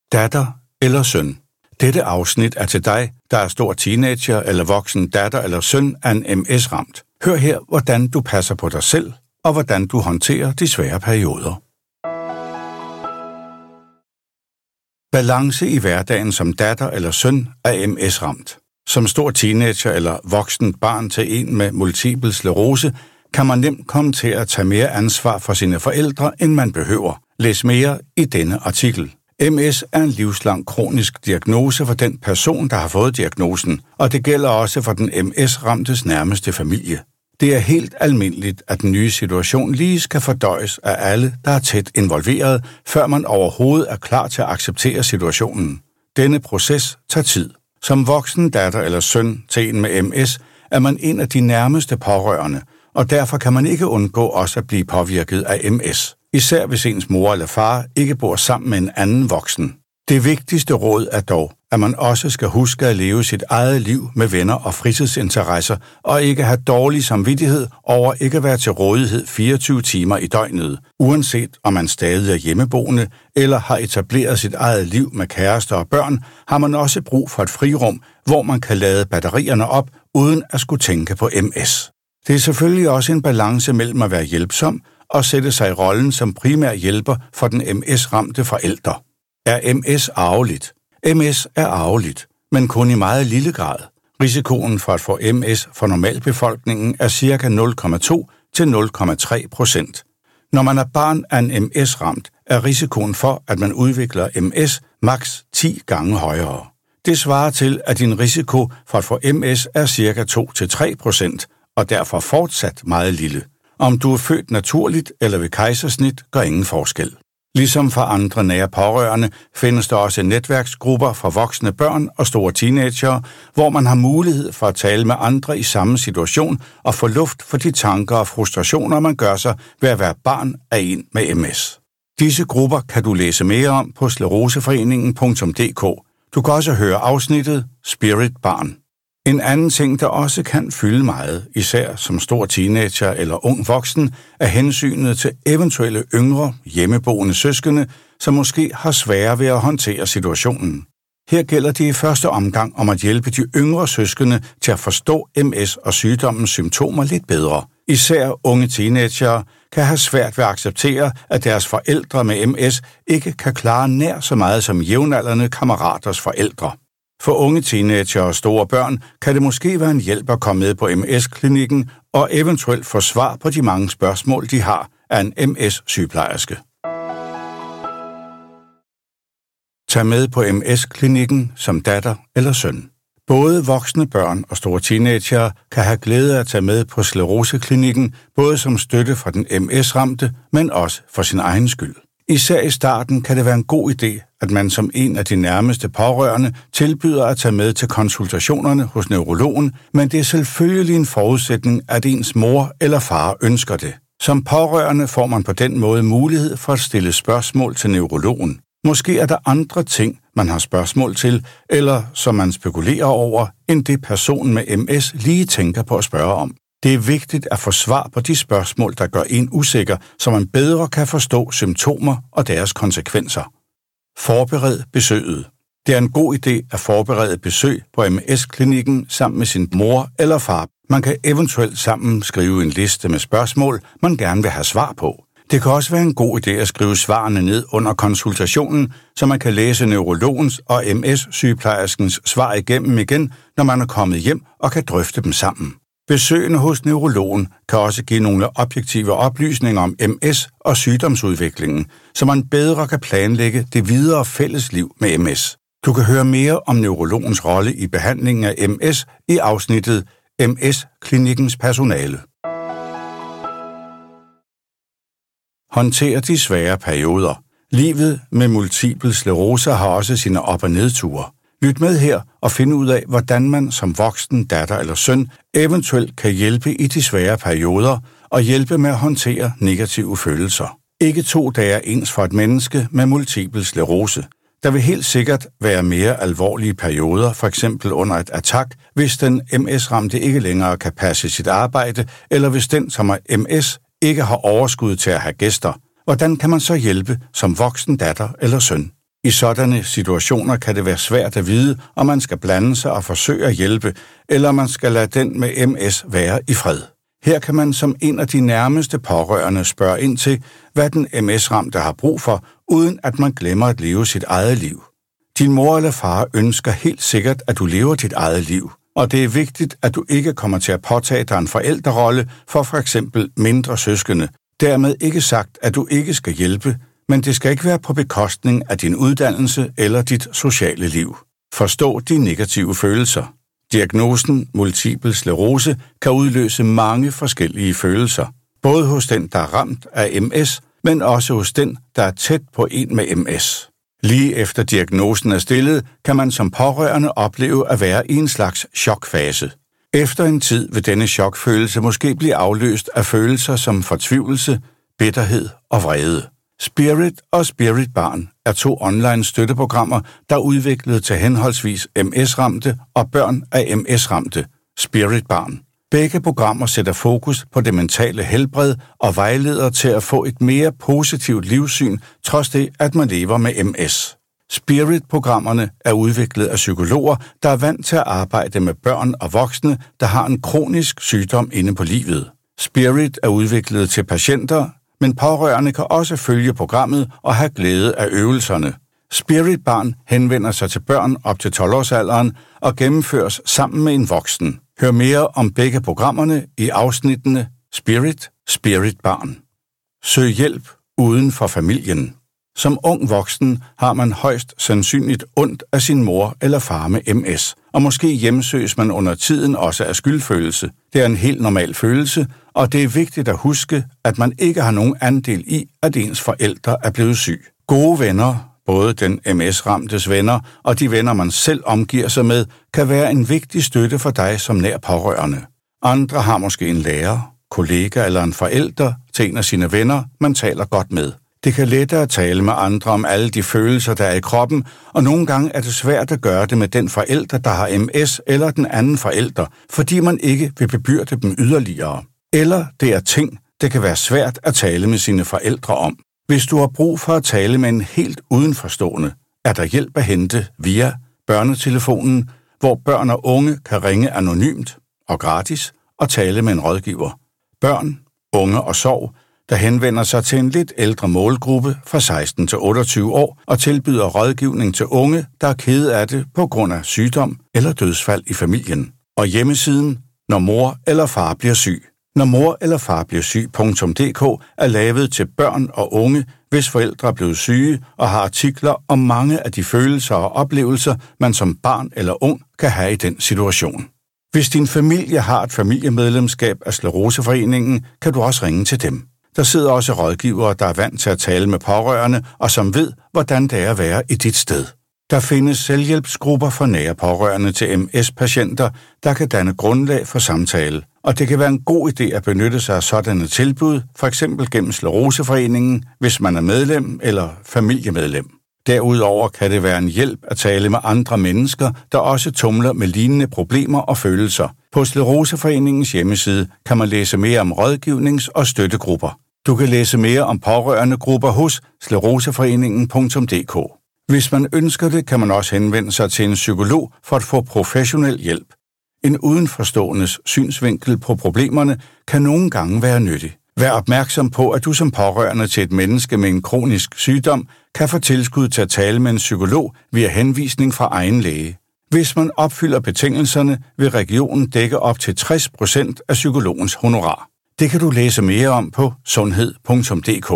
Datter eller søn. Dette afsnit er til dig, der er stor teenager eller voksen datter eller søn af en MS-ramt. Hør her, hvordan du passer på dig selv, og hvordan du håndterer de svære perioder. Balance i hverdagen som datter eller søn af MS-ramt. Som stor teenager eller voksen barn til en med multipel sklerose, kan man nemt komme til at tage mere ansvar for sine forældre, end man behøver. Læs mere i denne artikel. MS er en livslang kronisk diagnose for den person, der har fået diagnosen, og det gælder også for den MS-ramtes nærmeste familie. Det er helt almindeligt, at den nye situation lige skal fordøjes af alle, der er tæt involveret, før man overhovedet er klar til at acceptere situationen. Denne proces tager tid. Som voksen datter eller søn til en med MS er man en af de nærmeste pårørende, og derfor kan man ikke undgå også at blive påvirket af MS. Især hvis ens mor eller far ikke bor sammen med en anden voksen. Det vigtigste råd er dog, at man også skal huske at leve sit eget liv med venner og fritidsinteresser, og ikke have dårlig samvittighed over ikke at være til rådighed 24 timer i døgnet, uanset om man stadig er hjemmeboende eller har etableret sit eget liv med kærester og børn, har man også brug for et frirum, hvor man kan lade batterierne op, uden at skulle tænke på MS. Det er selvfølgelig også en balance mellem at være hjælpsom og sætte sig i rollen som primær hjælper for den MS-ramte forælder. Er MS arveligt? MS er arveligt, men kun i meget lille grad. Risikoen for at få MS for normalbefolkningen er ca. 0,2 til 0,3%. Når man er barn af en MS-ramt, er risikoen for, at man udvikler MS maks 10 gange højere. Det svarer til, at din risiko for at få MS er ca. 2 til 3%, og derfor fortsat meget lille. Om du er født naturligt eller ved kejsersnit, gør ingen forskel. Ligesom for andre nære pårørende findes der også netværksgrupper for voksne børn og store teenagere, hvor man har mulighed for at tale med andre i samme situation og få luft for de tanker og frustrationer, man gør sig ved at være barn af en med MS. Disse grupper kan du læse mere om på skleroseforeningen.dk. Du kan også høre afsnittet Spirit Barn. En anden ting, der også kan fylde meget, især som stor teenager eller ung voksen, er hensynet til eventuelle yngre, hjemmeboende søskende, som måske har sværere ved at håndtere situationen. Her gælder det i første omgang om at hjælpe de yngre søskende til at forstå MS og sygdommens symptomer lidt bedre. Især unge teenagere kan have svært ved at acceptere, at deres forældre med MS ikke kan klare nær så meget som jævnaldrende kammeraters forældre. For unge teenager og store børn kan det måske være en hjælp at komme med på MS-klinikken og eventuelt få svar på de mange spørgsmål, de har af en MS-sygeplejerske. Tag med på MS-klinikken som datter eller søn. Både voksne børn og store teenagere kan have glæde af at tage med på skleroseklinikken, både som støtte for den MS-ramte, men også for sin egen skyld. Især i starten kan det være en god idé, at man som en af de nærmeste pårørende tilbyder at tage med til konsultationerne hos neurologen, men det er selvfølgelig en forudsætning, at ens mor eller far ønsker det. Som pårørende får man på den måde mulighed for at stille spørgsmål til neurologen. Måske er der andre ting, man har spørgsmål til, eller som man spekulerer over, end det personen med MS lige tænker på at spørge om. Det er vigtigt at få svar på de spørgsmål, der gør en usikker, så man bedre kan forstå symptomer og deres konsekvenser. Forbered besøget. Det er en god idé at forberede besøg på MS-klinikken sammen med sin mor eller far. Man kan eventuelt sammen skrive en liste med spørgsmål, man gerne vil have svar på. Det kan også være en god idé at skrive svarene ned under konsultationen, så man kan læse neurologens og MS-sygeplejerskens svar igennem igen, når man er kommet hjem og kan drøfte dem sammen. Besøgene hos neurologen kan også give nogle objektive oplysninger om MS og sygdomsudviklingen, så man bedre kan planlægge det videre fællesliv med MS. Du kan høre mere om neurologens rolle i behandlingen af MS i afsnittet MS-klinikkens personale. Håndter de svære perioder. Livet med multipel sklerose har også sine op- og nedture. Lyt med her og find ud af, hvordan man som voksen, datter eller søn eventuelt kan hjælpe i de svære perioder og hjælpe med at håndtere negative følelser. Ikke 2 dage er ens for et menneske med multipel sklerose. Der vil helt sikkert være mere alvorlige perioder, f.eks. under et attack, hvis den MS-ramte ikke længere kan passe sit arbejde, eller hvis den, som har MS, ikke har overskud til at have gæster. Hvordan kan man så hjælpe som voksen datter eller søn? I sådanne situationer kan det være svært at vide, om man skal blande sig og forsøge at hjælpe, eller man skal lade den med MS være i fred. Her kan man som en af de nærmeste pårørende spørge ind til, hvad den MS-ramte har brug for, uden at man glemmer at leve sit eget liv. Din mor eller far ønsker helt sikkert, at du lever dit eget liv, og det er vigtigt, at du ikke kommer til at påtage dig en forældrerolle for f.eks. mindre søskende. Dermed ikke sagt, at du ikke skal hjælpe, men det skal ikke være på bekostning af din uddannelse eller dit sociale liv. Forstå de negative følelser. Diagnosen multipel sklerose kan udløse mange forskellige følelser, både hos den, der er ramt af MS, men også hos den, der er tæt på en med MS. Lige efter diagnosen er stillet, kan man som pårørende opleve at være i en slags chokfase. Efter en tid vil denne chokfølelse måske blive afløst af følelser som fortvivlelse, bitterhed og vrede. Spirit og Spirit Barn er 2 online støtteprogrammer, der er udviklet til henholdsvis MS-ramte og børn af MS-ramte. Spirit Barn. Begge programmer sætter fokus på det mentale helbred og vejleder til at få et mere positivt livssyn, trods det, at man lever med MS. Spirit-programmerne er udviklet af psykologer, der er vant til at arbejde med børn og voksne, der har en kronisk sygdom inde på livet. Spirit er udviklet til patienter, men pårørende kan også følge programmet og have glæde af øvelserne. Spirit Barn henvender sig til børn op til 12-årsalderen og gennemføres sammen med en voksen. Hør mere om begge programmerne i afsnittene Spirit Barn. Søg hjælp uden for familien. Som ung voksen har man højst sandsynligt ondt af sin mor eller far med MS, og måske hjemsøges man under tiden også af skyldfølelse. Det er en helt normal følelse, og det er vigtigt at huske, at man ikke har nogen andel i, at ens forældre er blevet syg. Gode venner, både den MS-ramtes venner og de venner, man selv omgiver sig med, kan være en vigtig støtte for dig som nær pårørende. Andre har måske en lærer, kollega eller en forælder til en af sine venner, man taler godt med. Det kan lette at tale med andre om alle de følelser, der er i kroppen, og nogle gange er det svært at gøre det med den forælder, der har MS, eller den anden forælder, fordi man ikke vil bebyrde dem yderligere. Eller det er ting, det kan være svært at tale med sine forældre om. Hvis du har brug for at tale med en helt udenforstående, er der hjælp at hente via børnetelefonen, hvor børn og unge kan ringe anonymt og gratis og tale med en rådgiver. Børn, unge og sorg, der henvender sig til en lidt ældre målgruppe fra 16 til 28 år og tilbyder rådgivning til unge, der er kede af det på grund af sygdom eller dødsfald i familien. Og hjemmesiden, når mor eller far bliver syg. Når mor eller far bliver syg.dk er lavet til børn og unge, hvis forældre er blevet syge og har artikler om mange af de følelser og oplevelser, man som barn eller ung kan have i den situation. Hvis din familie har et familiemedlemskab af Skleroseforeningen, kan du også ringe til dem. Der sidder også rådgivere, der er vant til at tale med pårørende, og som ved, hvordan det er at være i dit sted. Der findes selvhjælpsgrupper for nære pårørende til MS-patienter, der kan danne grundlag for samtale. Og det kan være en god idé at benytte sig af sådanne tilbud, f.eks. gennem Skleroseforeningen, hvis man er medlem eller familiemedlem. Derudover kan det være en hjælp at tale med andre mennesker, der også tumler med lignende problemer og følelser. På Skleroseforeningens hjemmeside kan man læse mere om rådgivnings- og støttegrupper. Du kan læse mere om pårørende grupper hos skleroseforeningen.dk. Hvis man ønsker det, kan man også henvende sig til en psykolog for at få professionel hjælp. En udenforståendes synsvinkel på problemerne kan nogle gange være nyttig. Vær opmærksom på, at du som pårørende til et menneske med en kronisk sygdom kan få tilskud til at tale med en psykolog via henvisning fra egen læge. Hvis man opfylder betingelserne, vil regionen dække op til 60% af psykologens honorar. Det kan du læse mere om på sundhed.dk.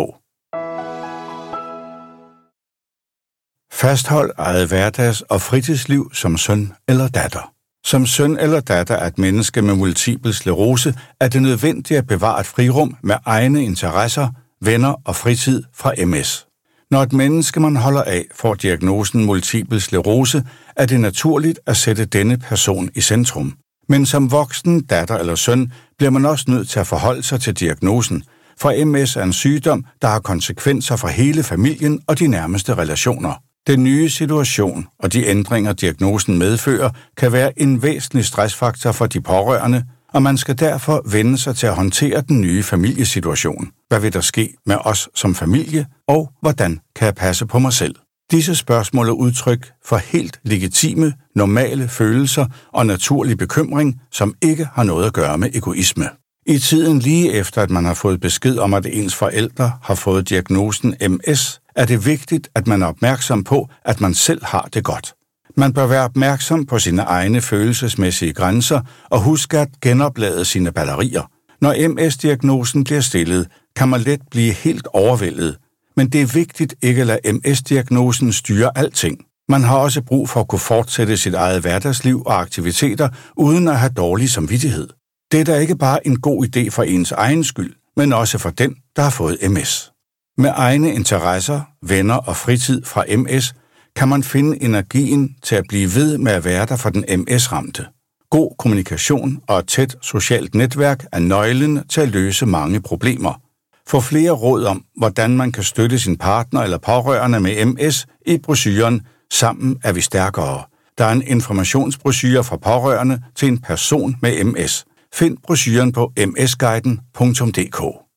Fasthold eget hverdags- og fritidsliv som søn eller datter. Som søn eller datter af et menneske med multipel sklerose er det nødvendigt at bevare et frirum med egne interesser, venner og fritid fra MS. Når et menneske, man holder af, får diagnosen multipel sklerose, er det naturligt at sætte denne person i centrum. Men som voksen, datter eller søn bliver man også nødt til at forholde sig til diagnosen, for MS er en sygdom, der har konsekvenser for hele familien og de nærmeste relationer. Den nye situation og de ændringer, diagnosen medfører, kan være en væsentlig stressfaktor for de pårørende, og man skal derfor vende sig til at håndtere den nye familiesituation. Hvad vil der ske med os som familie, og hvordan kan jeg passe på mig selv? Disse spørgsmål er udtryk for helt legitime, normale følelser og naturlig bekymring, som ikke har noget at gøre med egoisme. I tiden lige efter, at man har fået besked om, at ens forældre har fået diagnosen MS, er det vigtigt, at man er opmærksom på, at man selv har det godt. Man bør være opmærksom på sine egne følelsesmæssige grænser og huske at genoplade sine batterier. Når MS-diagnosen bliver stillet, kan man let blive helt overvældet, men det er vigtigt ikke at lade MS-diagnosen styre alting. Man har også brug for at kunne fortsætte sit eget hverdagsliv og aktiviteter uden at have dårlig samvittighed. Det er da ikke bare en god idé for ens egen skyld, men også for den, der har fået MS. Med egne interesser, venner og fritid fra MS kan man finde energien til at blive ved med at være der for den MS-ramte. God kommunikation og et tæt socialt netværk er nøglen til at løse mange problemer. Få flere råd om, hvordan man kan støtte sin partner eller pårørende med MS i brochuren Sammen er vi stærkere. Der er en informationsbrochure fra pårørende til en person med MS. Find brochuren på msguiden.dk.